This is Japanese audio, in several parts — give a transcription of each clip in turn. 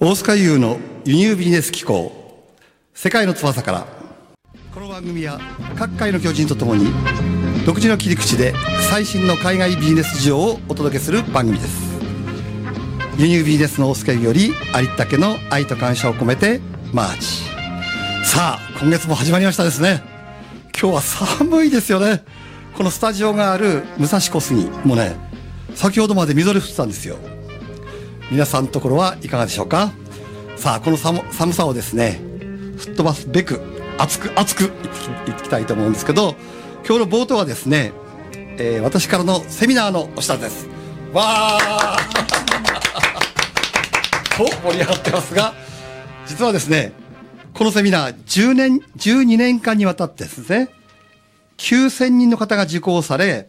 大塚優の輸入ビジネス機構世界の翼から。この番組は各界の巨人とともに独自の切り口で最新の海外ビジネス事情をお届けする番組です。輸入ビジネスの大塚優よりありったけの愛と感謝を込めてマーチ。さあ今月も始まりましたですね。今日は寒いですよね。このスタジオがある武蔵小杉もね、先ほどまでみぞれ降ってたんですよ。皆さんのところはいかがでしょうか。さあこの寒さをですね吹っ飛ばすべく熱くいきたいと思うんですけど、今日の冒頭はですね、私からのセミナーのお知らせです。わーと盛り上がってますが、実はですねこのセミナー12年間にわたってですね9000人の方が受講され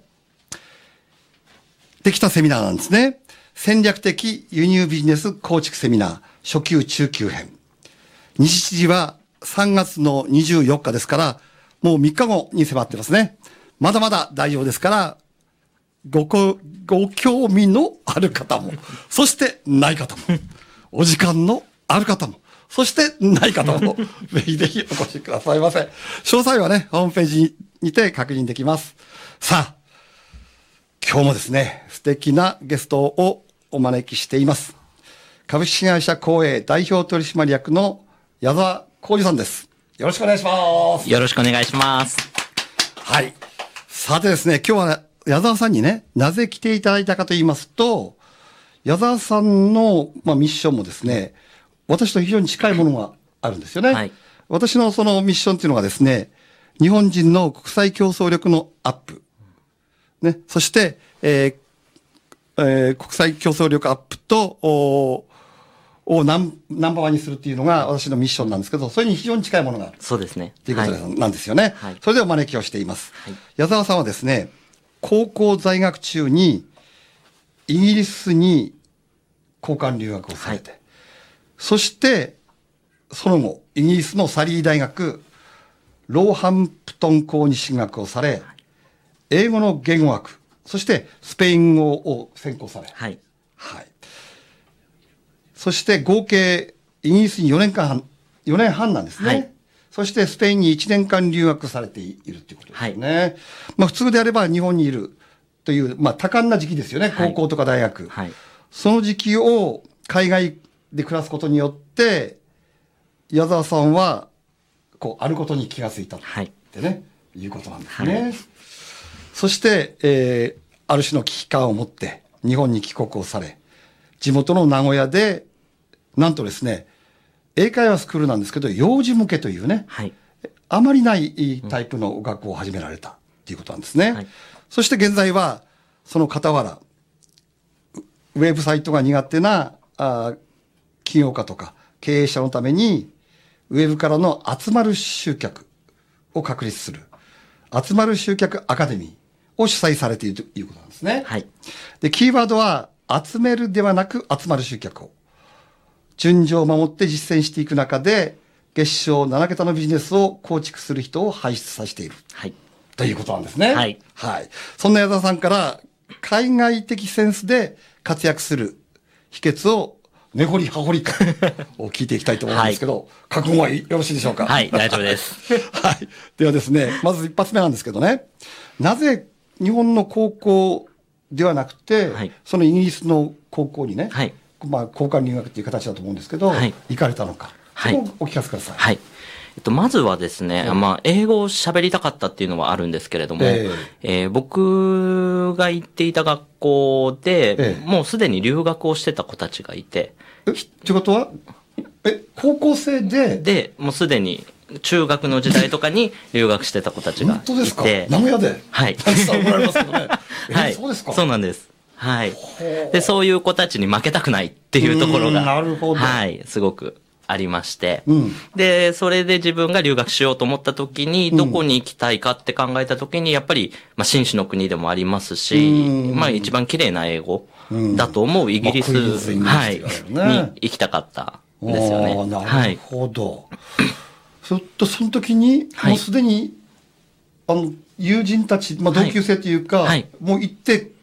できたセミナーなんですね。戦略的輸入ビジネス構築セミナー初級中級編。日時は3月の24日ですから、もう3日後に迫ってますね。まだまだ大丈夫ですから、ご興味のある方も、そしてない方も、お時間のある方も、そしてない方も、ぜひぜひお越しくださいませ。詳細はね、ホームページにて確認できます。さあ、今日もですね、素敵なゲストをお招きしています。株式会社光栄代表取締役の矢沢浩二さんです。よろしくお願いします。 よろしくお願いします。 はい。さてですね、今日は矢沢さんにね、なぜ来ていただいたかと言いますと、矢沢さんの、ミッションもですね、私と非常に近いものがあるんですよね。はい、私のそのミッションというのがですね、日本人の国際競争力のアップ。ね、そして、国際競争力アップと、ナンバーワンにするっていうのが私のミッションなんですけど、それに非常に近いものがある。 そうですね。 ということなんですよね。はい、それでお招きをしています。はい、矢沢さんはですね、高校在学中にイギリスに交換留学をされて、はい、そしてその後、イギリスのサリー大学、ローハンプトン校に進学をされ、はい、英語の言語学、そしてスペイン語を専攻され、はい。はい。そして合計イギリスに4年半なんですね。はい。そしてスペインに1年間留学されているということですよね。はい。普通であれば日本にいるという、多感な時期ですよね。高校とか大学。はい。その時期を海外で暮らすことによって、矢沢さんは、あることに気がついたってね、いうことなんですね。はい。そして、ある種の危機感を持って日本に帰国をされ、地元の名古屋で、なんとですね、英会話スクールなんですけど、幼児向けというね、はい、あまりないタイプの学校を始められたということなんですね。はい、そして現在は、その傍ら、ウェブサイトが苦手な起業家とか経営者のために、ウェブからの集まる集客を確立する、集まる集客アカデミーを主催されているということなんですね。はい。で、キーワードは、集めるではなく集まる集客を。順序を守って実践していく中で、月商7桁のビジネスを構築する人を輩出させている。はい。ということなんですね。はい。はい。そんな矢沢さんから、海外的センスで活躍する秘訣を、根掘り葉掘りを聞いていきたいと思うんですけど、はい、覚悟はよろしいでしょうか。 はい、大丈夫です。 はい。ではですね、まず一発目なんですけどね、なぜ日本の高校ではなくて、はい、そのイギリスの高校にね、はい、交換留学っていう形だと思うんですけど、はい、行かれたのか、そこをお聞かせください。はい。 まずはですね、英語を喋りたかったっていうのはあるんですけれども、僕が行っていた学校で、もうすでに留学をしてた子たちがいて。 ということは、高校生で、もうすでに中学の時代とかに留学してた子たちがいて。 本当ですか？名古屋で。 はい。 たくさんおられますけどね。 はい。 そうですか？ そうなんです。はい。で、そういう子たちに負けたくないっていうところが、 なるほど。 はい、すごくありまして、で、それで自分が留学しようと思った時に、どこに行きたいかって考えた時に、やっぱり、紳士の国でもありますし、一番綺麗な英語だと思うイギリス、はい、に行きたかったんですよね。 なるほど。その時に、もうすでに、友人たち、同級生というか、もう行って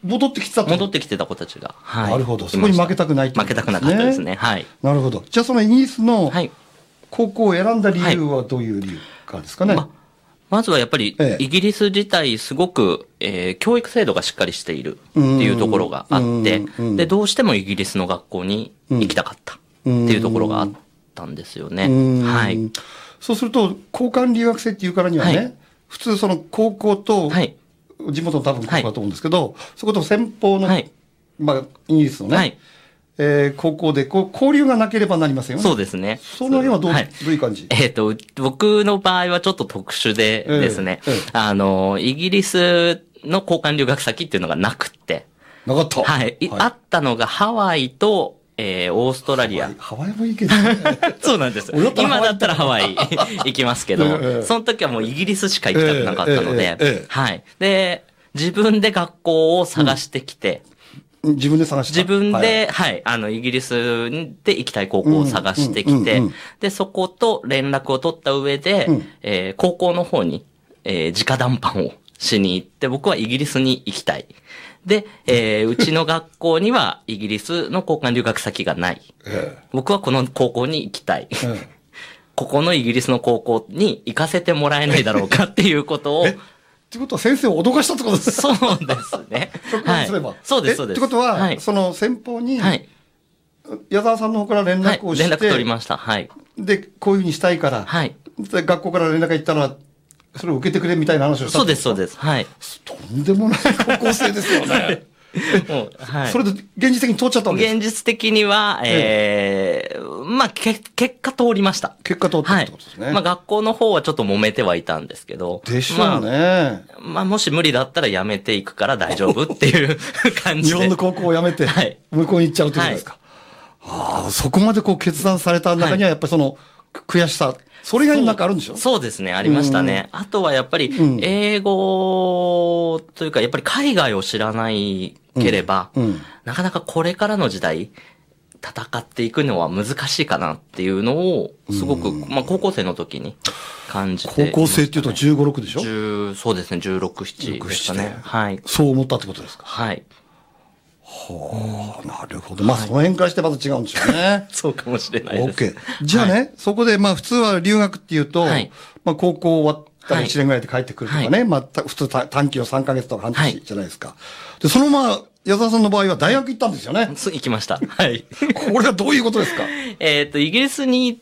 戻ってきてた戻ってきてた子たちが。はい。 なるほど。そこに負けたくないってことですね。 負けたくなかったですね。はい。 なるほど。じゃあそのイギリスの高校を選んだ理由はどういう理由かですかね。 まずはやっぱり、イギリス自体すごく、教育制度がしっかりしているっていうところがあって、で、どうしてもイギリスの学校に行きたかったっていうところがあったんですよね。はい。 そうすると、交換留学生っていうからにはね、はい、普通その高校と、はい、地元の多分高校だと思うんですけど、はい、そこと先方の、はい、まあ、イギリスのね、はい、高校で交流がなければなりませんよね。 そうですね。 その辺はどういう感じ？ 僕の場合はちょっと特殊でですね、イギリスの交換留学先っていうのがなくって。 なかった。 はい。あったのがハワイと、オーストラリア。 ハワイもいいけどね。 そうなんです。今だったらハワイ行きますけど、その時はもうイギリスしか行きたくなかったので、はい。で、自分で学校を探してきて、 自分で探した。 自分で、はい、イギリスで行きたい高校を探してきて、で、そこと連絡を取った上で、高校の方に、直談判をしに行って、僕はイギリスに行きたい。で、うちの学校にはイギリスの交換留学先がない。僕はこの高校に行きたい。ここのイギリスの高校に行かせてもらえないだろうかっていうことを、 ってことは先生を脅かしたってことですか？そうですね。 はい。 そうです、そうです。 ってことは、はい、その先方に、はい、矢沢さんの方から連絡をして、 はい、連絡取りました。はい。 で、こういうふうにしたいから、はい。で学校から連絡が行ったら、それを受けてくれみたいな話をした。 そうです、そうです。はい。 とんでもない高校生ですよね。もう、はい。それで現実的に通っちゃったわけですか？ 現実的には、まあ、結果通りました。 結果通ったってことですね。 はい、まあ、学校の方はちょっと揉めてはいたんですけど。 でしょうね。 まあ、もし無理だったらやめていくから大丈夫っていう感じで。 日本の高校をやめて、はい、向こうに行っちゃうってことですか？はい、ああ、そこまでこう決断された中にはやっぱりその悔しさ、それ以外になんかあるんでしょ？ そうですね、ありましたね。あとはやっぱり、英語というか、やっぱり海外を知らないければ、なかなかこれからの時代、戦っていくのは難しいかなっていうのを、すごく、まあ高校生の時に感じて、 高校生っていうと15、6でしょ？ そうですね、16、7でしたね。はい。 そう思ったってことですか？ はい。 はあ、なるほど。まあ、その辺からしてまず違うんでしょうね。 そうかもしれないです。 OK。じゃあね、そこで、まあ、普通は留学っていうと、まあ、高校終わったら1年ぐらいで帰ってくるとかね、まあ、普通短期の3ヶ月とか半年じゃないですか。で、そのまま、矢沢さんの場合は大学行ったんですよね。 行きました。はい。 これはどういうことですか？ イギリスに行って、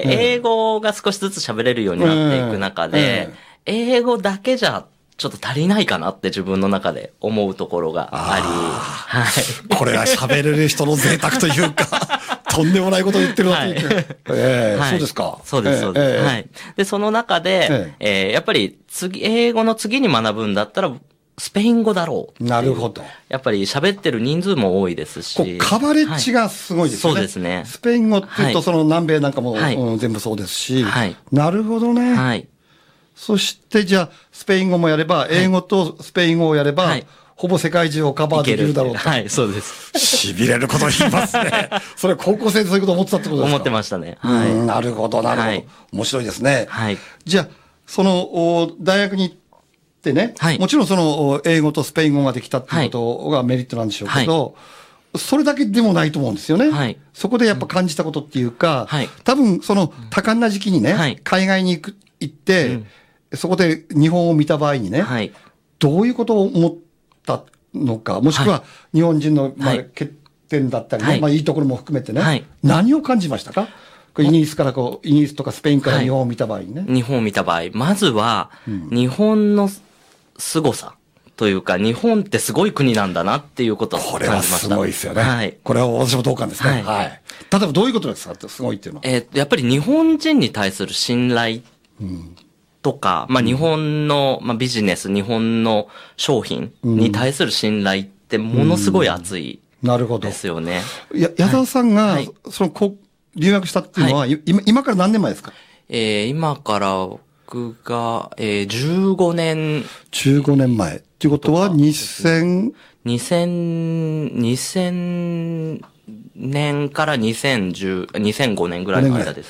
英語が少しずつ喋れるようになっていく中で、英語だけじゃ、ちょっと足りないかなって自分の中で思うところがあり、はい。 これは喋れる人の贅沢というか、とんでもないことを言ってるなって言って。そうですか。 そうです、そうです。はい。で、その中で、やっぱり英語の次に学ぶんだったら、スペイン語だろう。 なるほど。 やっぱり喋ってる人数も多いですし。 カバレッジがすごいですね。 そうですね。 スペイン語って言うと、その南米なんかも全部そうですし。なるほどね。はい。そしてじゃあ、スペイン語もやれば、英語とスペイン語をやれば、ほぼ世界中をカバーできるだろうと。 はい、そうです。 痺れること言いますね。それ高校生でそういうこと思ってたってことですか？ 思ってましたね。はい。 なるほど、なるほど。面白いですね。はい。じゃあ、その、大学に行ってね、もちろんその、英語とスペイン語ができたっていうことがメリットなんでしょうけど、それだけでもないと思うんですよね。はい。そこでやっぱ感じたことっていうか、多分その多感な時期にね、海外に行って、そこで日本を見た場合にね、どういうことを思ったのか、もしくは日本人の、まあ、欠点だったりね、まあいいところも含めてね、何を感じましたか？イギリスからイギリスとかスペインから日本を見た場合にね。 日本を見た場合、まずは、日本の凄さというか、日本ってすごい国なんだなっていうことを感じました。 これはすごいですよね。はい。これは私も同感ですね。はい。例えばどういうことですか？すごいっていうのは。 やっぱり日本人に対する信頼とか、まあ日本の、まあビジネス、日本の商品に対する信頼ってものすごい熱いですよね。 矢沢さんが、その留学したっていうのは、今から何年前ですか？ 今から僕が、15年。 15年前。っていうことは2000 年から2005年ぐらいの間ですね。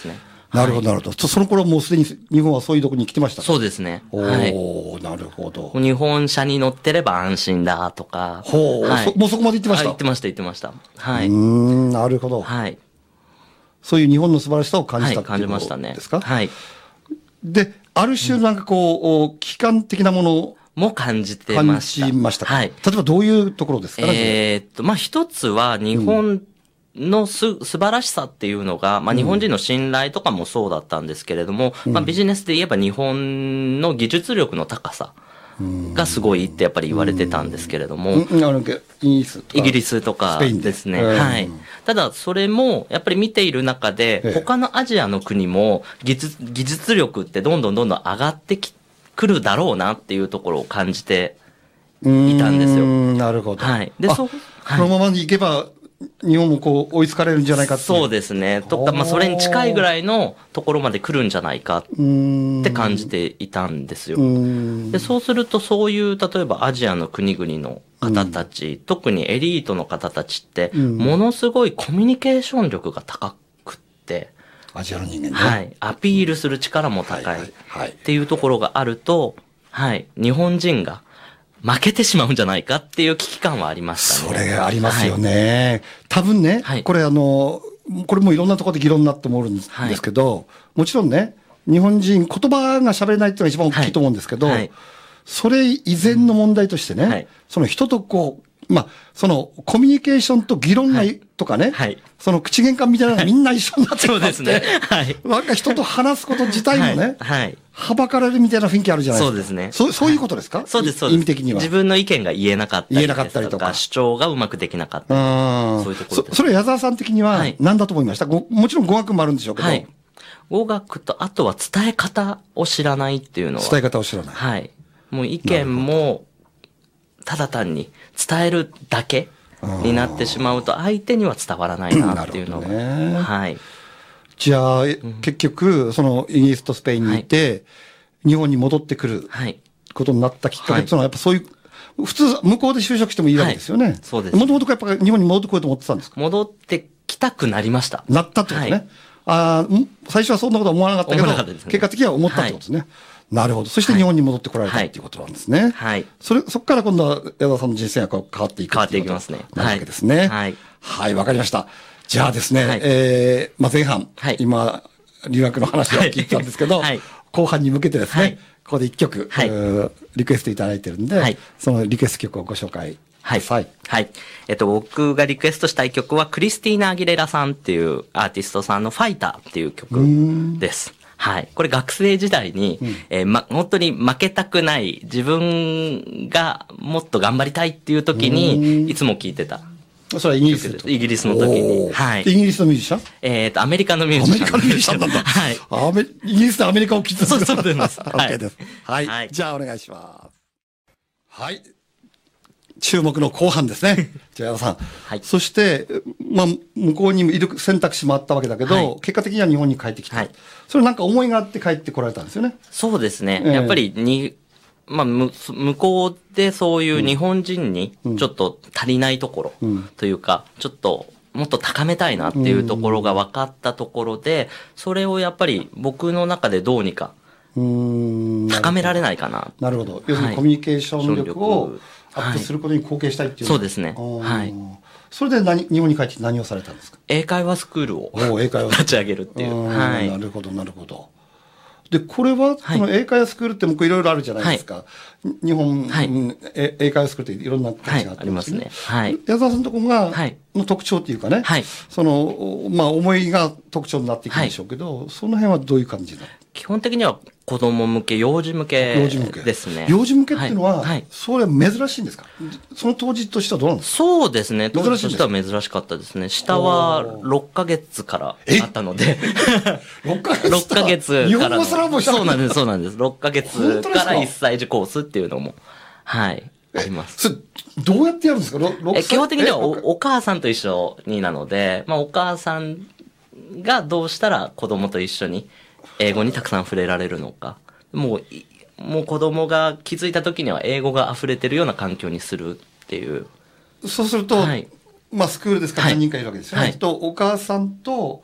なるほど、なるほど。その頃もうすでに日本はそういうところに来てましたか？ そうですね。 おー、なるほど。 日本車に乗ってれば安心だとか。 ほう、もうそこまで言ってました？ 言ってました、言ってました。はい。 なるほど。 はい。 そういう日本の素晴らしさを感じた感じましたね。 ですか？ はい。 で、ある種なんかこう、機関的なものも感じてました。 感じましたか？ はい。 例えばどういうところですか？ まあ、一つは日本の素晴らしさっていうのが、まあ、日本人の信頼とかもそうだったんですけれども、まあ、ビジネスで言えば日本の技術力の高さがすごいってやっぱり言われてたんですけれども、イギリスとかですね。はい。ただ、それも、やっぱり見ている中で、他のアジアの国も技術力ってどんどん上がってくるだろうなっていうところを感じていたんですよ。 なるほど。 はい。で、 このままにいけば、日本もこう追いつかれるんじゃないかっていう。 そうですね。とか、まあ、それに近いぐらいのところまで来るんじゃないかって感じていたんですよ。で、そうすると、そういう、例えばアジアの国々の方たち、特にエリートの方たちって、ものすごいコミュニケーション力が高くって、 アジアの人間ね。 はい。アピールする力も高いっていうところがあると、はい。日本人が負けてしまうんじゃないかっていう危機感はありましたね。 それありますよね。はい、多分ね、はい、これこれもいろんなところで議論になって思うんですけど、はい、もちろんね、日本人、言葉が喋れないっていうのが一番大きいと思うんですけど、はい、それ以前の問題としてね、はい、その人とこう、まあ、そのコミュニケーションと議論が、とかね、はい、その口喧嘩みたいなのがみんな一緒になってそうですね。はい。 なんか人と話すこと自体もね、はい。はばかられるみたいな雰囲気あるじゃないですか。 そうですね。 そういうことですか？ そうです、そうです。 意味的には。 自分の意見が言えなかったりとか、主張がうまくできなかったりとか、そういうところです。 それ矢沢さん的には何だと思いました？もちろん語学もあるんでしょうけど。はい。 語学と、あとは伝え方を知らないっていうのは。 伝え方を知らない。 はい。もう意見も、ただ単に伝えるだけになってしまうと、相手には伝わらないなっていうのが。はい。 じゃあ、結局、そのイギリスとスペインに行って、日本に戻ってくることになったきっかけっていうのは、やっぱそういう、普通、向こうで就職してもいいわけですよね。 そうです。 もともとやっぱ日本に戻ってこようと思ってたんですか？ 戻ってきたくなりました。 なったってことね。最初はそんなことは思わなかったけど、結果的には思ったってことですね。なるほど。そして日本に戻ってこられたっていうことなんですね。はい。そこから今度は矢沢さんの人生が変わっていく。 変わっていきますね。 なわけですね。はい。はい、わかりました。じゃあですね、まあ前半、今、留学の話を聞いたんですけど、後半に向けてですね、ここで一曲、リクエストいただいてるんで、そのリクエスト曲をご紹介ください。 はい。僕がリクエストしたい曲は、クリスティーナ・アギレラさんっていうアーティストさんのファイターっていう曲です。はい。これ学生時代に、本当に負けたくない、自分がもっと頑張りたいっていう時に、いつも聴いてた。 それはイギリスイギリスの時に。はい。 イギリスのミュージシャン？ アメリカのミュージシャン。 アメリカのミュージシャンなんだ。はい。イギリスでアメリカを聴いてた。 そうです。 OK です。はい。じゃあお願いします。はい。注目の後半ですね。じゃあ矢田さん。はい。そして、まあ、向こうにいる選択肢もあったわけだけど、結果的には日本に帰ってきて、それなんか思いがあって帰ってこられたんですよね。 そうですね。やっぱりまあ、向こうでそういう日本人にちょっと足りないところというか、ちょっともっと高めたいなっていうところが分かったところで、それをやっぱり僕の中でどうにか高められないかな。 なるほど。要するにコミュニケーション力をアップすることに貢献したいっていう。 そうですね。はい。 それで日本に帰って何をされたんですか？ 英会話スクールを立ち上げるっていう。 はい。なるほど、なるほど。で、これは、その英会話スクールってもういろいろあるじゃないですか。日本、英会話スクールっていろんな形がありますね。はい。矢沢さんのところが、の特徴っていうかね。はい。その、まあ、思いが特徴になっていくんでしょうけど、その辺はどういう感じなの？ 基本的には子供向け、幼児向けですね。 幼児向けっていうのは、それは珍しいんですか？その当時としてはどうなんですか？ そうですね。当時としては珍しかったですね。下は6ヶ月からあったので。 6ヶ月 6ヶ月日本語すらもしたそうなんです、そうなんです。6ヶ月から1歳児コースっていうのも、はい、あります。 それ、どうやってやるんですか基本的にはお母さんと一緒になので、まあお母さんがどうしたら子供と一緒に英語にたくさん触れられるのか。もう子供が気づいた時には英語が溢れてるような環境にするっていう。 そうすると、まあスクールですから何人かいるわけですよね。お母さんと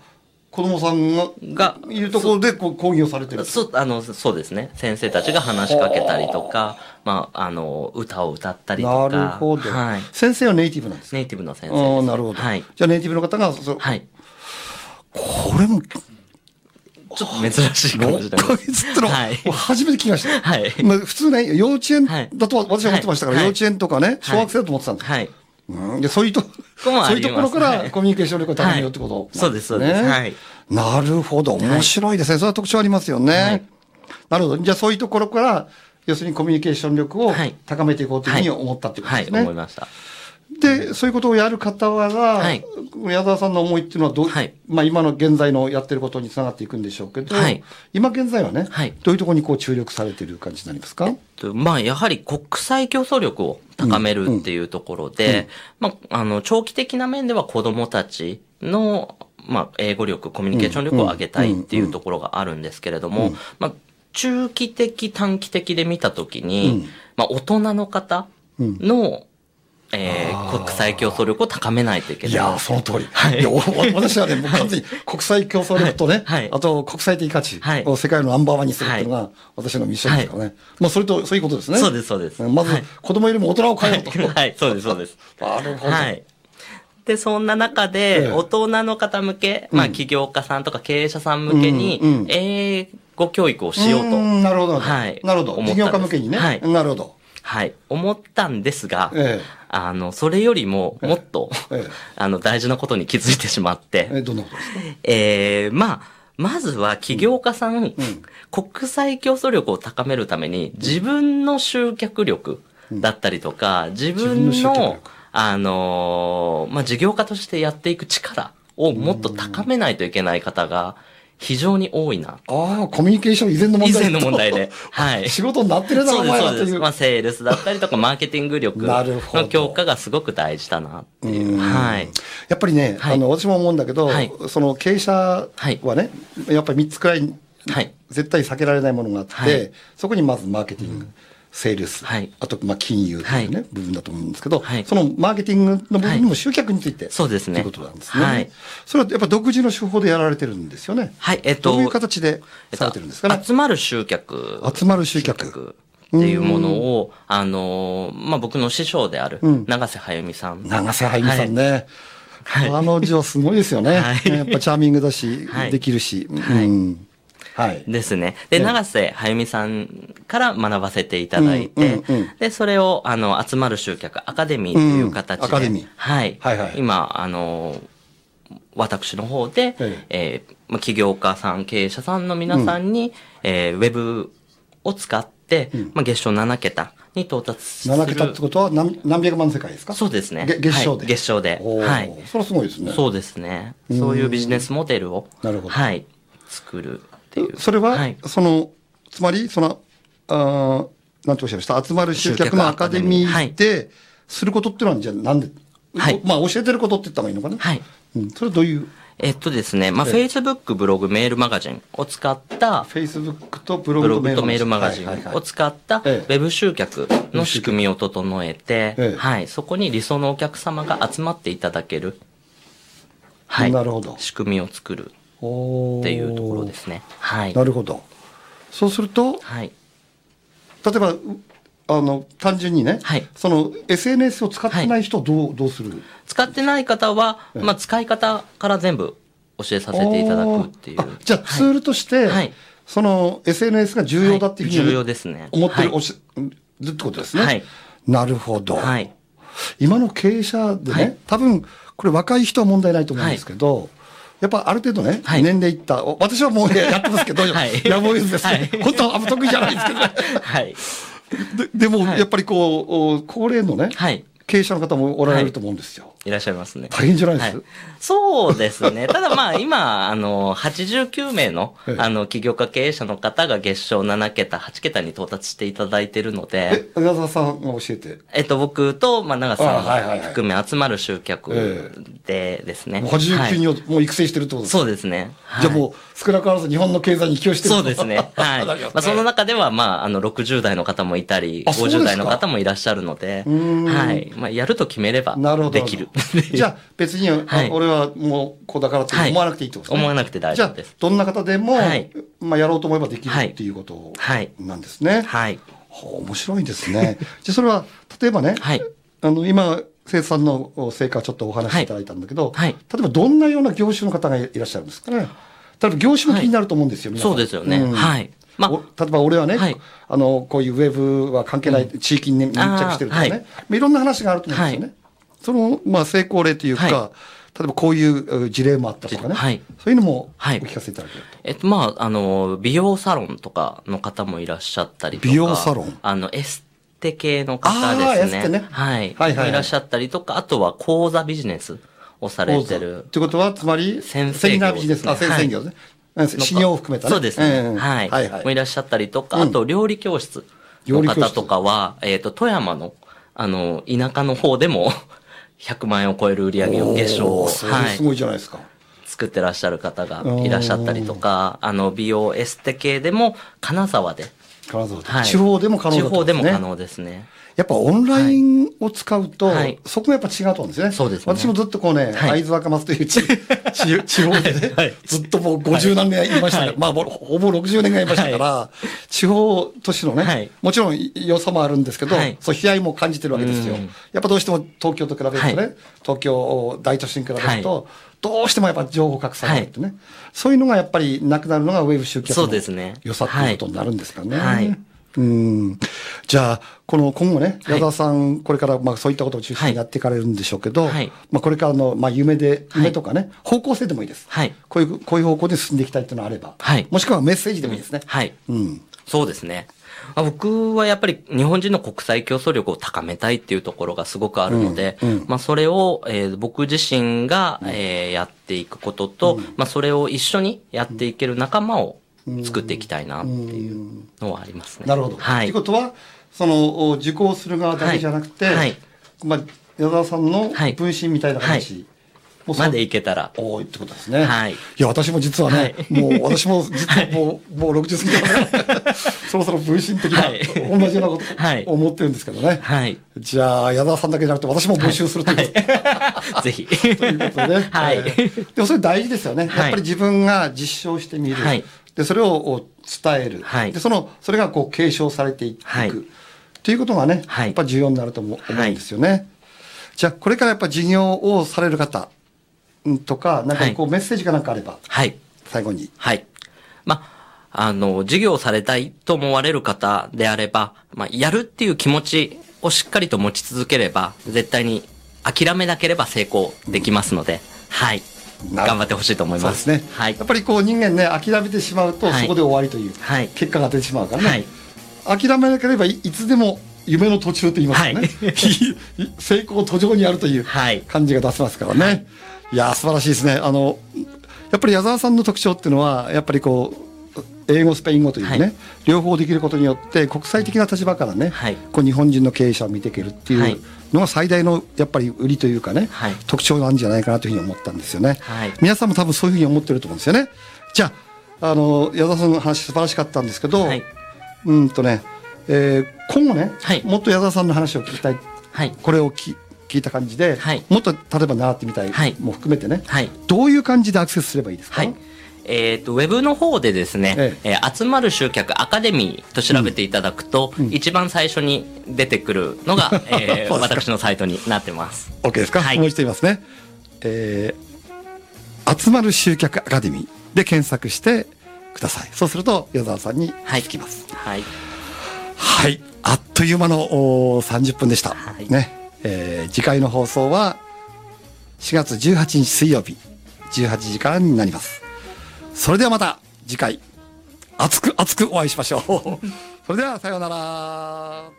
子供さんがいるところで講義をされてる。 そうですね。先生たちが話しかけたりとか、歌を歌ったりとか。 なるほど。はい、先生はネイティブなんですか？ ネイティブの先生です。 なるほど。 はい。 じゃあネイティブの方が、 はい。 これも、 ちょっと珍しいかもしれない。 6ヶ月ってのは、初めて聞きました。 はい。 普通ね、幼稚園だと私は思ってましたから、幼稚園とかね、小学生だと思ってたんです。 はい。 でそういうところからコミュニケーション力を高めようってこと、 そうです、そうです。はい。 なるほど。面白いですね。それは特徴ありますよね。なるほど。じゃあそういうところから、要するにコミュニケーション力を高めていこうというふうに思ったっていうことですね。 はい、思いました。 で、そういうことをやる傍ら、矢沢さんの思いっていうのは今の現在のやってることにつながっていくんでしょうけど、今現在はね、どういうところに注力されている感じになりますか？ やはり国際競争力を高めるっていうところで、長期的な面では子供たちの、英語力、コミュニケーション力を上げたいっていうところがあるんですけれども、中期的、短期的で見たときに、大人の方の、国際競争力を高めないといけない。 いや、その通り。はい、いや私はね、もう完全に国際競争力とね、あと国際的価値を世界のナンバーワンにするっていうのが私のミッションですからね。そういうことですね。 そうです、そうです。 まず、子供よりも大人を変えようと。 はい、そうです、そうです。 なるほど。はい。 で、そんな中で、大人の方向け、起業家さんとか経営者さん向けに、英語教育をしようと。 なるほど。はい。なるほど。事業家向けにね。はい。なるほど。 はい。思ったんですが、それよりも、もっと、大事なことに気づいてしまって。 どんなことですか？ まずは起業家さん、国際競争力を高めるために、自分の集客力だったりとか、自分の、事業家としてやっていく力をもっと高めないといけない方が、非常に多いな。 コミュニケーション以前の問題以前の問題で。はい。 仕事になってるだろ、お前はという。 そうです。セールスだったりとか、マーケティング力の強化がすごく大事だなっていう。はい。 やっぱりね、私も思うんだけど、その経営者はね、やっぱり3つくらい、絶対避けられないものがあって、そこにまずマーケティング。セールス、あと金融というね、部分だと思うんですけど、そのマーケティングの部分にも集客について、 そうですね。 ということなんですね。それはやっぱ独自の手法でやられてるんですよね。 はい、 どういう形でされてるんですかね。 集まる集客。 集まる集客。 っていうものを、僕の師匠である、永瀬早美さん。 永瀬早美さんね。彼女すごいですよね。やっぱチャーミングだし、できるし。はい。 ですね。で、永瀬早美さんから学ばせていただいて、で、それを、集まる集客アカデミーという形で、 アカデミー。 はい。今、私の方で、起業家さん、経営者さんの皆さんに、ウェブを使って、月賞7桁に到達する。 7桁ってことは何百万世界ですか？ そうですね。 月賞で。 月賞で。はい。 それはすごいですね。 そうですね。そういうビジネスモデルを、はい。作る。 それは、つまり、なんておっしゃいました？集まる集客のアカデミーで、することっていうのは、じゃあなんで、教えてることって言った方がいいのかな？はい。それはどういう？ ですね、Facebook、ブログ、メールマガジンを使った、 Facebook とブログとメールマガジンを使った、ウェブ集客の仕組みを整えて、はい、そこに理想のお客様が集まっていただける、はい、なるほど。仕組みを作る。っていうところですね。はい。 なるほど。そうすると、 はい。 例えば、単純にね、はい。その SNS を使ってない人をどうする？ 使ってない方は、使い方から全部教えさせていただくっていう。 じゃあ、ツールとして、はい。その SNS が重要だっていうふうに、 重要ですね。 思ってるってことですね。はい。なるほど。はい。今の経営者でね、多分、これ若い人は問題ないと思うんですけど、やっぱある程度ね、年齢いった、私はもうやってますけど、やむを得ずですね。本当は得意じゃないですけどね。はい。でも、やっぱり高齢のね、経営者の方もおられると思うんですよ。 いらっしゃいますね。 大変じゃないです？ そうですね。ただ今、89名の、起業家経営者の方が月賞7桁、8桁に到達していただいているので。 長澤さんが教えて？ 僕と、長澤さん含め集まる集客でですね。 89人をもう育成してるってことですか？ そうですね。 じゃあもう、少なからず日本の経済に寄与してる。 そうですね。はい。その中では、60代の方もいたり、50代の方もいらっしゃるので、はい。やると決めればできる。 じゃあ別に、俺はもうこうだからって思わなくていいってことですね。 思わなくて大丈夫です。 じゃあどんな方でも、まあやろうと思えばできるっていうことなんですね。 はい。 面白いですね。じゃあそれは例えばね、今生徒さんの成果ちょっとお話しいただいたんだけど、例えばどんなような業種の方がいらっしゃるんですかね。例えば業種も気になると思うんですよ。皆さん。 そうですよね。はい。 まあ、例えば俺はね、こういうウェブは関係ない地域に密着してるとかね、いろんな話があると思うんですよね。その、まあ、成功例というか、例えばこういう事例もあったとかね、そういうのもお聞かせいただけると。 まあ、美容サロンとかの方もいらっしゃったりとか、 美容サロンエステ系の方ですね。 エステね。 はい。いらっしゃったりとか、あとは講座ビジネスをされてる。 ってことは、つまり、セミナービジネス、先生業ですね。修行を含めたね。 そうですね。はい。もいらっしゃったりとか、あと料理教室の方とかは、富山の、田舎の方でも100万円を超える売り上げを月賞すごいじゃないですか。 作ってらっしゃる方がいらっしゃったりとか、美容エステ系でも金沢で。 地方でも可能ですね。 地方でも可能ですね。 やっぱオンラインを使うと、そこがやっぱ違うと思うんですね。 そうですね。 私もずっとこうね、会津若松という地方でね、ずっともう50何年いましたから、まあほぼ60年がいましたから、地方都市のね、もちろん良さもあるんですけど、そう悲哀も感じてるわけですよ。やっぱどうしても東京と比べるとね、東京大都市に比べると、どうしてもやっぱ情報格差があってね、そういうのがやっぱりなくなるのがウェブ集客の良さっていうことになるんですかね。じゃあ、今後ね、矢沢さん、これからまあそういったことを中心にやっていかれるんでしょうけど、まあこれからのまあ夢とかね、方向性でもいいです。こういう方向で進んでいきたいっていうのがあれば、もしくはメッセージでもいいですね。 そうですね。僕はやっぱり日本人の国際競争力を高めたいっていうところがすごくあるので、まあそれを、僕自身が、やっていくことと、まあそれを一緒にやっていける仲間を作っていきたいなっていうのはありますね。 なるほど。ということは、受講する側だけじゃなくて、まあ、矢沢さんの分身みたいな形までいけたら。 多いってことですね。いや、私も実はね、もう、私も実はもう60過ぎてから、そろそろ分身的な、同じようなことを思ってるんですけどね。じゃあ、矢沢さんだけじゃなくて、私も募集するということぜひ。 ということでね。でもそれ大事ですよね。やっぱり自分が実証してみる。で、それを伝える。で、それがこう継承されていく。ということがね、やっぱ重要になると思うんですよね。じゃあ、これからやっぱ事業をされる方とか、なんかこうメッセージかなんかあれば、最後に。 まあ、事業をされたいと思われる方であれば、まあ、やるっていう気持ちをしっかりと持ち続ければ、絶対に諦めなければ成功できますので、頑張ってほしいと思います。 そうですね。やっぱりこう人間ね、諦めてしまうと、そこで終わりという結果が出てしまうからね。諦めなければいつでも夢の途中と言いますかね。成功途上にあるという感じが出せますからね。いや、素晴らしいですね。やっぱり矢沢さんの特徴っていうのは、やっぱりこう、英語、スペイン語というね、両方できることによって、国際的な立場からね、こう日本人の経営者を見ていけるっていうのが最大のやっぱり売りというかね、特徴なんじゃないかなというふうに思ったんですよね。皆さんも多分そういうふうに思ってると思うんですよね。じゃあ、矢沢さんの話素晴らしかったんですけど、今後ね、もっと矢沢さんの話を聞きたい。これを聞いた感じで、もっと例えば習ってみたいも含めてね、どういう感じでアクセスすればいいですか？ ウェブの方でですね、集まる集客アカデミーと調べていただくと、一番最初に出てくるのが、私のサイトになってます。 OK ですか？もう一度言いますね。集まる集客アカデミーで検索してください。そうすると矢沢さんに聞きます。あっという間の30分でした。次回の放送は4月18日水曜日18時からになります。それではまた次回熱くお会いしましょう。それではさようなら。